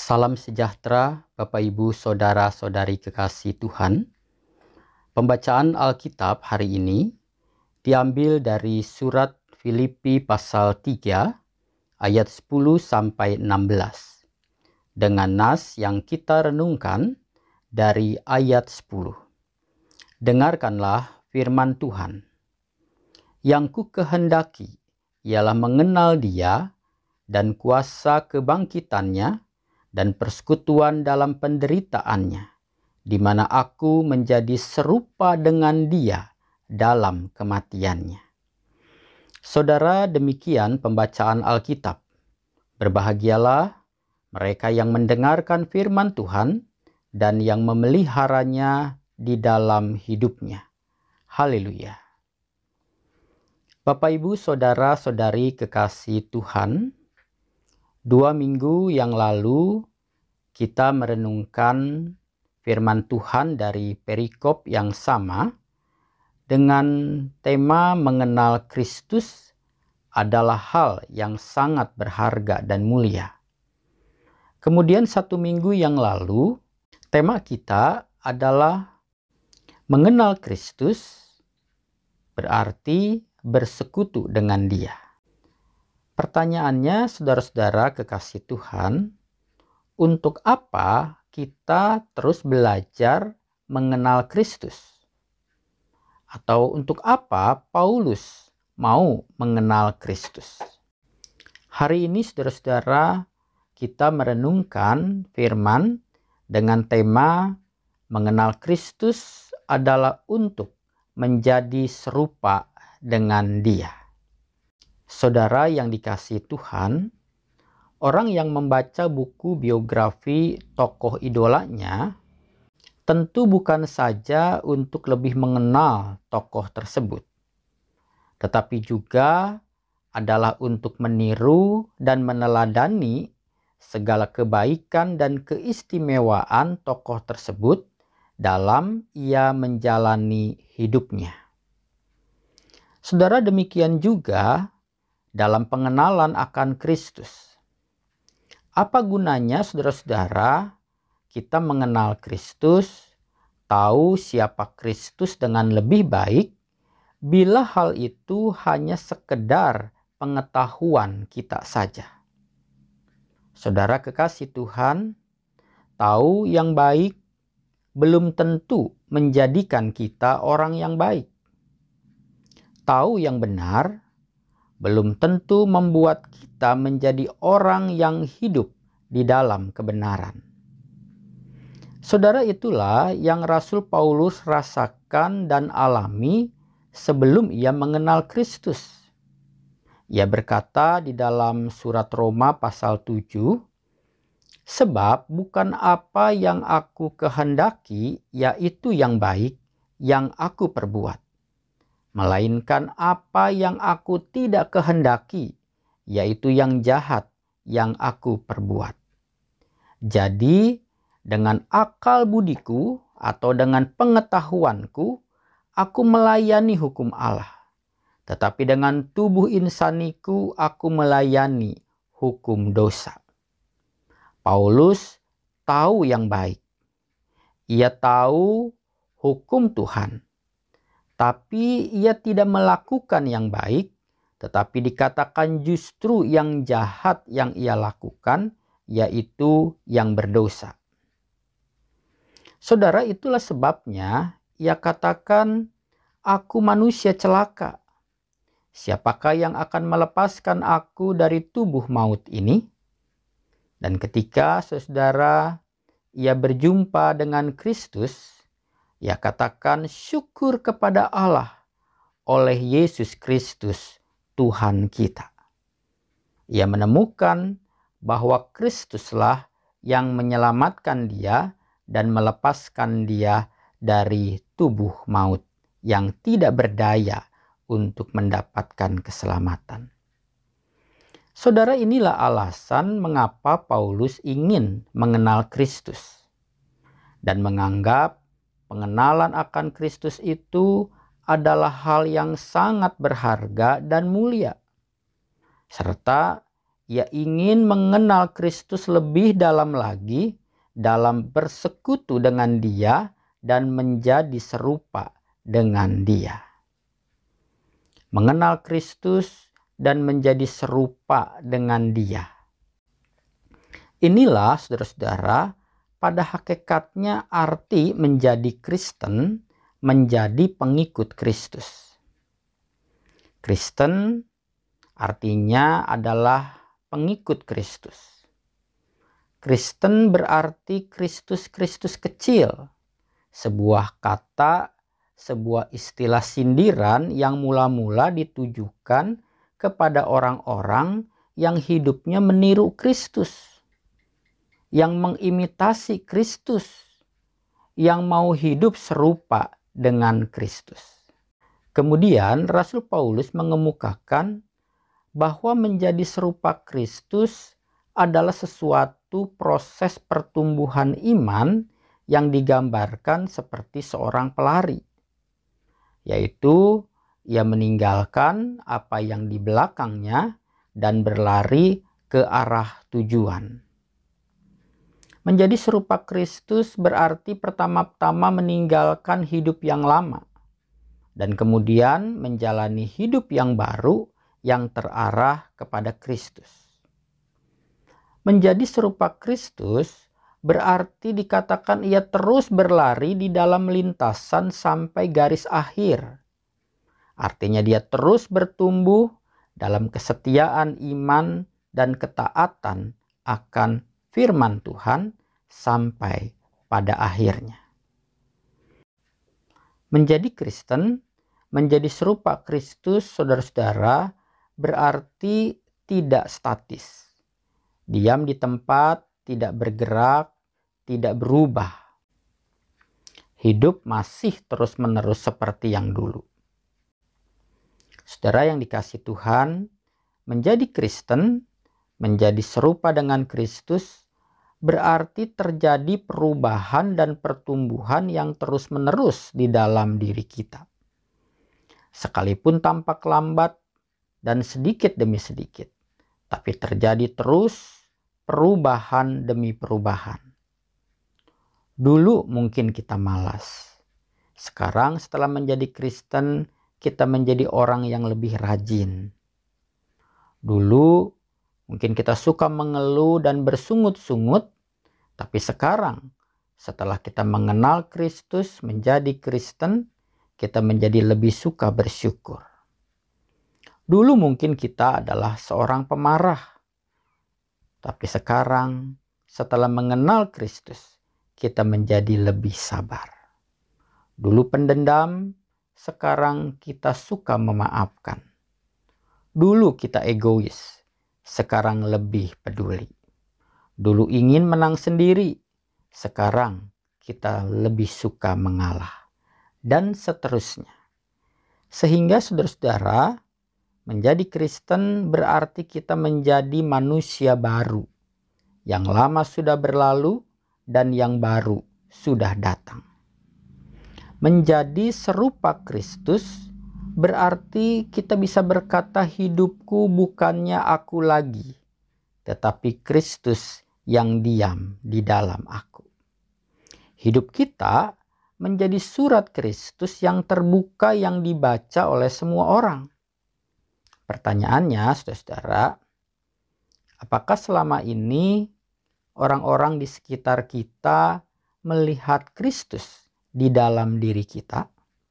Salam sejahtera Bapak Ibu Saudara-saudari kekasih Tuhan. Pembacaan Alkitab hari ini diambil dari surat Filipi pasal 3 ayat 10 sampai 16 dengan nas yang kita renungkan dari ayat 10. Dengarkanlah firman Tuhan. Yang ku kehendaki ialah mengenal Dia dan kuasa kebangkitannya dan persekutuan dalam penderitaannya, di mana aku menjadi serupa dengan Dia dalam kematiannya. Saudara, demikian pembacaan Alkitab. Berbahagialah mereka yang mendengarkan firman Tuhan dan yang memeliharanya di dalam hidupnya. Haleluya. Bapak, Ibu, Saudara-saudari kekasih Tuhan, 2 minggu yang lalu kita merenungkan firman Tuhan dari perikop yang sama dengan tema mengenal Kristus adalah hal yang sangat berharga dan mulia. Kemudian 1 minggu yang lalu tema kita adalah mengenal Kristus berarti bersekutu dengan Dia. Pertanyaannya, saudara-saudara kekasih Tuhan, untuk apa kita terus belajar mengenal Kristus? Atau untuk apa Paulus mau mengenal Kristus? Hari ini, saudara-saudara, kita merenungkan firman dengan tema mengenal Kristus adalah untuk menjadi serupa dengan Dia. Saudara yang dikasihi Tuhan, orang yang membaca buku biografi tokoh idolanya tentu bukan saja untuk lebih mengenal tokoh tersebut, tetapi juga adalah untuk meniru dan meneladani segala kebaikan dan keistimewaan tokoh tersebut dalam ia menjalani hidupnya. Saudara, demikian juga dalam pengenalan akan Kristus. Apa gunanya, saudara-saudara, kita mengenal Kristus, tahu siapa Kristus dengan lebih baik, bila hal itu hanya sekedar pengetahuan kita saja? Saudara kekasih Tuhan, tahu yang baik belum tentu menjadikan kita orang yang baik. Tahu yang benar belum tentu membuat kita menjadi orang yang hidup di dalam kebenaran. Saudara, itulah yang Rasul Paulus rasakan dan alami sebelum ia mengenal Kristus. Ia berkata di dalam surat Roma pasal 7, "Sebab bukan apa yang aku kehendaki, yaitu yang baik, yang aku perbuat. Melainkan apa yang aku tidak kehendaki, yaitu yang jahat yang aku perbuat. Jadi, dengan akal budiku atau dengan pengetahuanku, aku melayani hukum Allah. Tetapi dengan tubuh insaniku, aku melayani hukum dosa." Paulus tahu yang baik. Ia tahu hukum Tuhan. Tapi ia tidak melakukan yang baik, tetapi dikatakan justru yang jahat yang ia lakukan, yaitu yang berdosa. Saudara, itulah sebabnya ia katakan, "Aku manusia celaka. Siapakah yang akan melepaskan aku dari tubuh maut ini?" Dan ketika saudara ia berjumpa dengan Kristus, ia katakan syukur kepada Allah oleh Yesus Kristus Tuhan kita. Ia menemukan bahwa Kristuslah yang menyelamatkan dia dan melepaskan dia dari tubuh maut yang tidak berdaya untuk mendapatkan keselamatan. Saudara, inilah alasan mengapa Paulus ingin mengenal Kristus dan menganggap pengenalan akan Kristus itu adalah hal yang sangat berharga dan mulia. Serta ia ingin mengenal Kristus lebih dalam lagi dalam bersekutu dengan Dia dan menjadi serupa dengan Dia. Mengenal Kristus dan menjadi serupa dengan Dia. Inilah saudara-saudara, pada hakikatnya arti menjadi Kristen, menjadi pengikut Kristus. Kristen artinya adalah pengikut Kristus. Kristen berarti Kristus-Kristus kecil, sebuah kata, sebuah istilah sindiran yang mula-mula ditujukan kepada orang-orang yang hidupnya meniru Kristus, yang mengimitasi Kristus, yang mau hidup serupa dengan Kristus. Kemudian Rasul Paulus mengemukakan bahwa menjadi serupa Kristus adalah sesuatu proses pertumbuhan iman yang digambarkan seperti seorang pelari, yaitu ia meninggalkan apa yang di belakangnya dan berlari ke arah tujuan. Menjadi serupa Kristus berarti pertama-tama meninggalkan hidup yang lama dan kemudian menjalani hidup yang baru yang terarah kepada Kristus. Menjadi serupa Kristus berarti dikatakan ia terus berlari di dalam lintasan sampai garis akhir. Artinya dia terus bertumbuh dalam kesetiaan iman dan ketaatan akan firman Tuhan sampai pada akhirnya. Menjadi Kristen, menjadi serupa Kristus, saudara-saudara, berarti tidak statis. Diam di tempat, tidak bergerak, tidak berubah. Hidup masih terus-menerus seperti yang dulu. Saudara yang dikasihi Tuhan, menjadi Kristen, menjadi serupa dengan Kristus, berarti terjadi perubahan dan pertumbuhan yang terus-menerus di dalam diri kita. Sekalipun tampak lambat dan sedikit demi sedikit, tapi terjadi terus perubahan demi perubahan. Dulu mungkin kita malas. Sekarang setelah menjadi Kristen, kita menjadi orang yang lebih rajin. Dulu mungkin kita suka mengeluh dan bersungut-sungut, tapi sekarang setelah kita mengenal Kristus, menjadi Kristen, kita menjadi lebih suka bersyukur. Dulu mungkin kita adalah seorang pemarah, tapi sekarang setelah mengenal Kristus, kita menjadi lebih sabar. Dulu pendendam, sekarang kita suka memaafkan. Dulu kita egois, sekarang lebih peduli. Dulu ingin menang sendiri, sekarang kita lebih suka mengalah. Dan seterusnya. Sehingga saudara-saudara, menjadi Kristen berarti kita menjadi manusia baru. Yang lama sudah berlalu dan yang baru sudah datang. Menjadi serupa Kristus berarti kita bisa berkata, hidupku bukannya aku lagi, tetapi Kristus yang diam di dalam aku. Hidup kita menjadi surat Kristus yang terbuka yang dibaca oleh semua orang. Pertanyaannya, saudara-saudara, apakah selama ini orang-orang di sekitar kita melihat Kristus di dalam diri kita?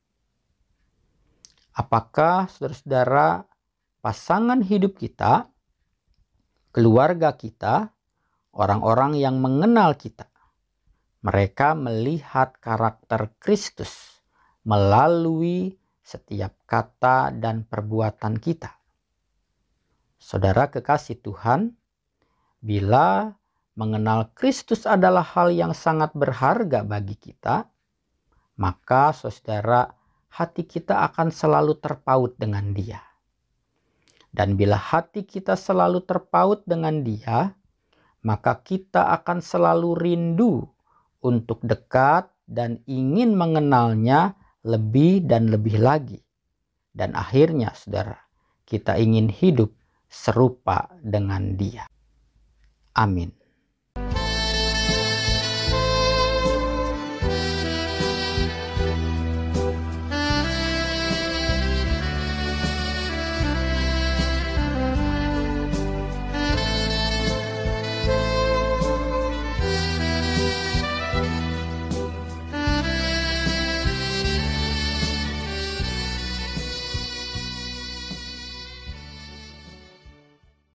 Apakah saudara-saudara, pasangan hidup kita, keluarga kita, orang-orang yang mengenal kita, mereka melihat karakter Kristus melalui setiap kata dan perbuatan kita? Saudara kekasih Tuhan, bila mengenal Kristus adalah hal yang sangat berharga bagi kita, maka saudara, hati kita akan selalu terpaut dengan Dia. Dan bila hati kita selalu terpaut dengan Dia, maka kita akan selalu rindu untuk dekat dan ingin mengenalnya lebih dan lebih lagi. Dan akhirnya saudara, kita ingin hidup serupa dengan Dia. Amin.